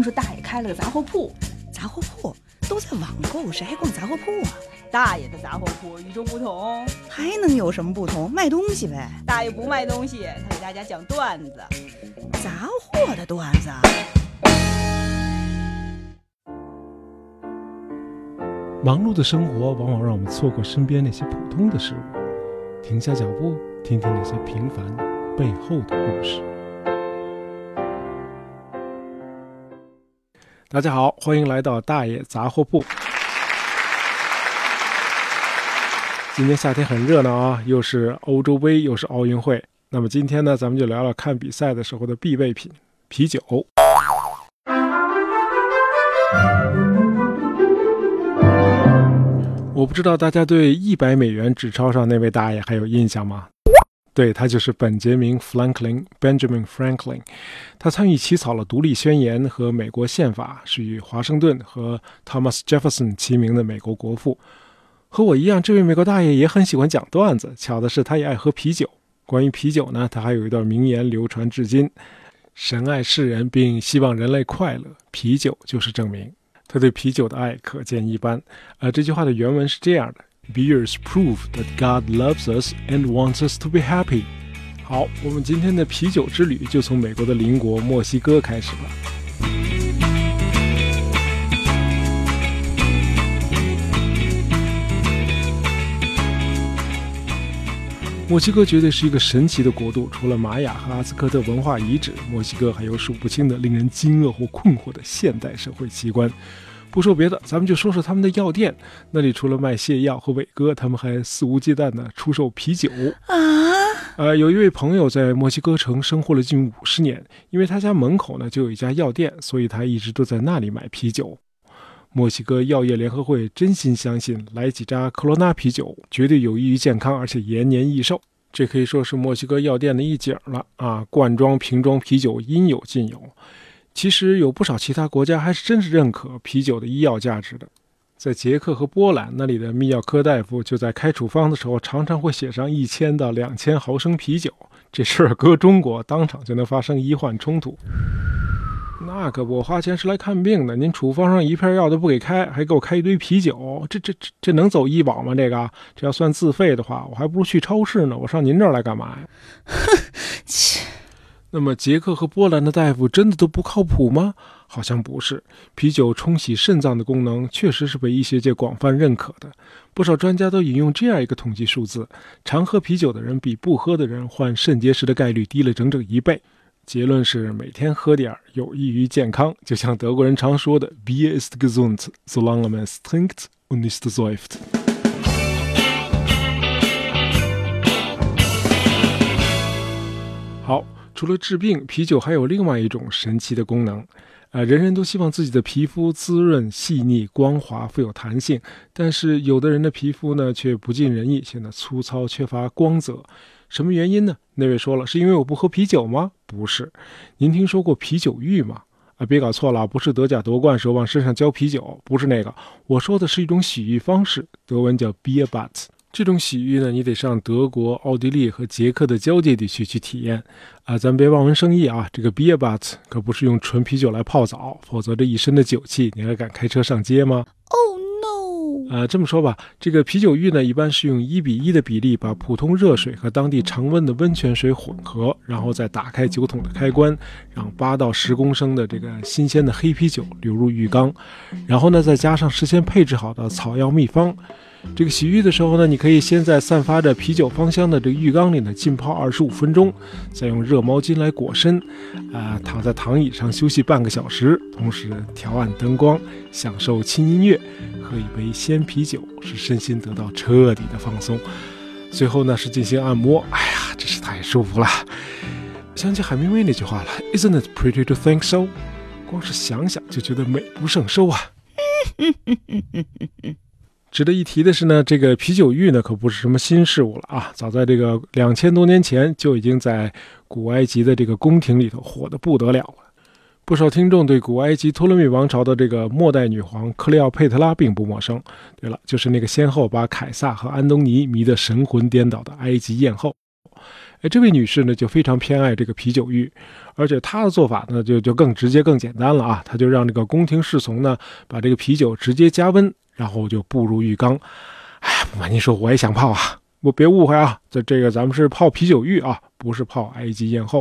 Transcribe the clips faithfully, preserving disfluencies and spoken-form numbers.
说大爷开了个杂货铺。 杂货铺都在网购，谁还逛杂货铺啊？ 大爷的杂货铺与众不同。 还能有什么不同？卖东西呗。 大爷不卖东西，他给大家讲段子。 杂货的段子。 忙碌的生活往往让我们错过身边那些普通的事物，停下脚步，听听那些平凡背后的故事。大家好，欢迎来到大爷杂货铺。今年夏天很热闹啊，又是欧洲杯，又是奥运会。那么今天呢，咱们就聊聊看比赛的时候的必备品——啤酒。我不知道大家对一百美元纸钞上那位大爷还有印象吗？对，他就是本杰明·富兰克林 （Benjamin Franklin）。他参与起草了独立宣言和美国宪法，是与华盛顿和 Thomas Jefferson 齐名的美国国父。和我一样，这位美国大爷也很喜欢讲段子，巧的是他也爱喝啤酒。关于啤酒呢，他还有一段名言流传至今：神爱世人并希望人类快乐，啤酒就是证明。他对啤酒的爱可见一斑。呃，这句话的原文是这样的 ：Beers prove that God loves us and wants us to be happy。好，我们今天的啤酒之旅就从美国的邻国墨西哥开始吧。墨西哥绝对是一个神奇的国度，除了玛雅和阿兹克特文化遗址，墨西哥还有数不清的令人惊愕或困惑的现代社会奇观。不说别的，咱们就说说他们的药店。那里除了卖泻药和伟哥，他们还肆无忌惮地出售啤酒啊。 呃，有一位朋友在墨西哥城生活了近五十年，因为他家门口呢就有一家药店，所以他一直都在那里买啤酒。墨西哥药业联合会真心相信来几扎科罗娜啤酒绝对有益于健康，而且延年益寿。这可以说是墨西哥药店的一景了啊！罐装、瓶装啤酒应有尽有。其实有不少其他国家还是真是认可啤酒的医药价值的。在捷克和波兰，那里的泌药科大夫就在开处方的时候，常常会写上一千到两千毫升啤酒。这事儿搁中国，当场就能发生医患冲突。那可不，我花钱是来看病的，您处方上一片药都不给开，还给我开一堆啤酒，这这这这能走医保吗？这个这要算自费的话，我还不如去超市呢，我上您这儿来干嘛呀？那么捷克和波兰的大夫真的都不靠谱吗？好像不是，啤酒冲洗肾脏的功能确实是被医学界广泛认可的。不少专家都引用这样一个统计数字：常喝啤酒的人比不喝的人患肾结石的概率低了整整一倍。结论是每天喝点有益于健康，就像德国人常说的 Bier ist gesund, solange man es trinkt und nicht säuft。 好，除了治病，啤酒还有另外一种神奇的功能。呃，人人都希望自己的皮肤滋润、细腻、光滑、富有弹性，但是有的人的皮肤呢却不尽人意，显得粗糙、缺乏光泽。什么原因呢？那位说了，是因为我不喝啤酒吗？不是。您听说过啤酒浴吗？啊，别搞错了，不是得奖夺冠时候往身上浇啤酒，不是那个。我说的是一种洗浴方式，德文叫 Bierbad。这种洗浴呢，你得上德国、奥地利和捷克的交界地区去体验。啊，咱别望文生义啊，这个 Bierbad 可不是用纯啤酒来泡澡，否则这一身的酒气，你还敢开车上街吗？呃，这么说吧，这个啤酒浴呢，一般是用一比一的比例把普通热水和当地常温的温泉水混合，然后再打开酒桶的开关，让八到十公升的这个新鲜的黑啤酒流入浴缸，然后呢，再加上事先配置好的草药秘方。这个洗浴的时候呢，你可以先在散发着啤酒芳香的这个浴缸里呢浸泡二十五分钟，再用热毛巾来裹身，啊、呃，躺在躺椅上休息半个小时，同时调暗灯光，享受轻音乐，喝一杯鲜啤酒，使身心得到彻底的放松。最后呢是进行按摩，哎呀，真是太舒服了。想起海明威那句话了 ，Isn't it pretty to think so？ 光是想想就觉得美不胜收啊。值得一提的是呢，这个啤酒浴呢可不是什么新事物了啊，早在这个两千多年前就已经在古埃及的这个宫廷里头火得不得了了。不少听众对古埃及托勒密王朝的这个末代女皇克利奥佩特拉并不陌生。对了，就是那个先后把凯撒和安东尼迷得神魂颠倒的埃及艳后。 哎，这位女士呢就非常偏爱这个啤酒浴，而且她的做法呢就就更直接更简单了啊，她就让这个宫廷侍从呢把这个啤酒直接加温，然后就步入浴缸。哎，不瞒您说，我也想泡啊，我别误会啊，这这个咱们是泡啤酒浴啊，不是泡埃及艳后。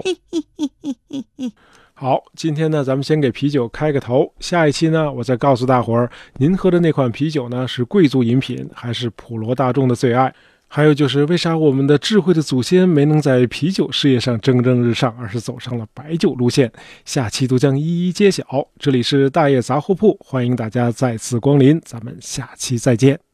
好，今天呢咱们先给啤酒开个头，下一期呢我再告诉大伙儿，您喝的那款啤酒呢是贵族饮品还是普罗大众的最爱，还有就是为啥我们的智慧的祖先没能在啤酒事业上蒸蒸日上，而是走上了白酒路线，下期都将一一揭晓。这里是大爷杂货铺，欢迎大家再次光临，咱们下期再见。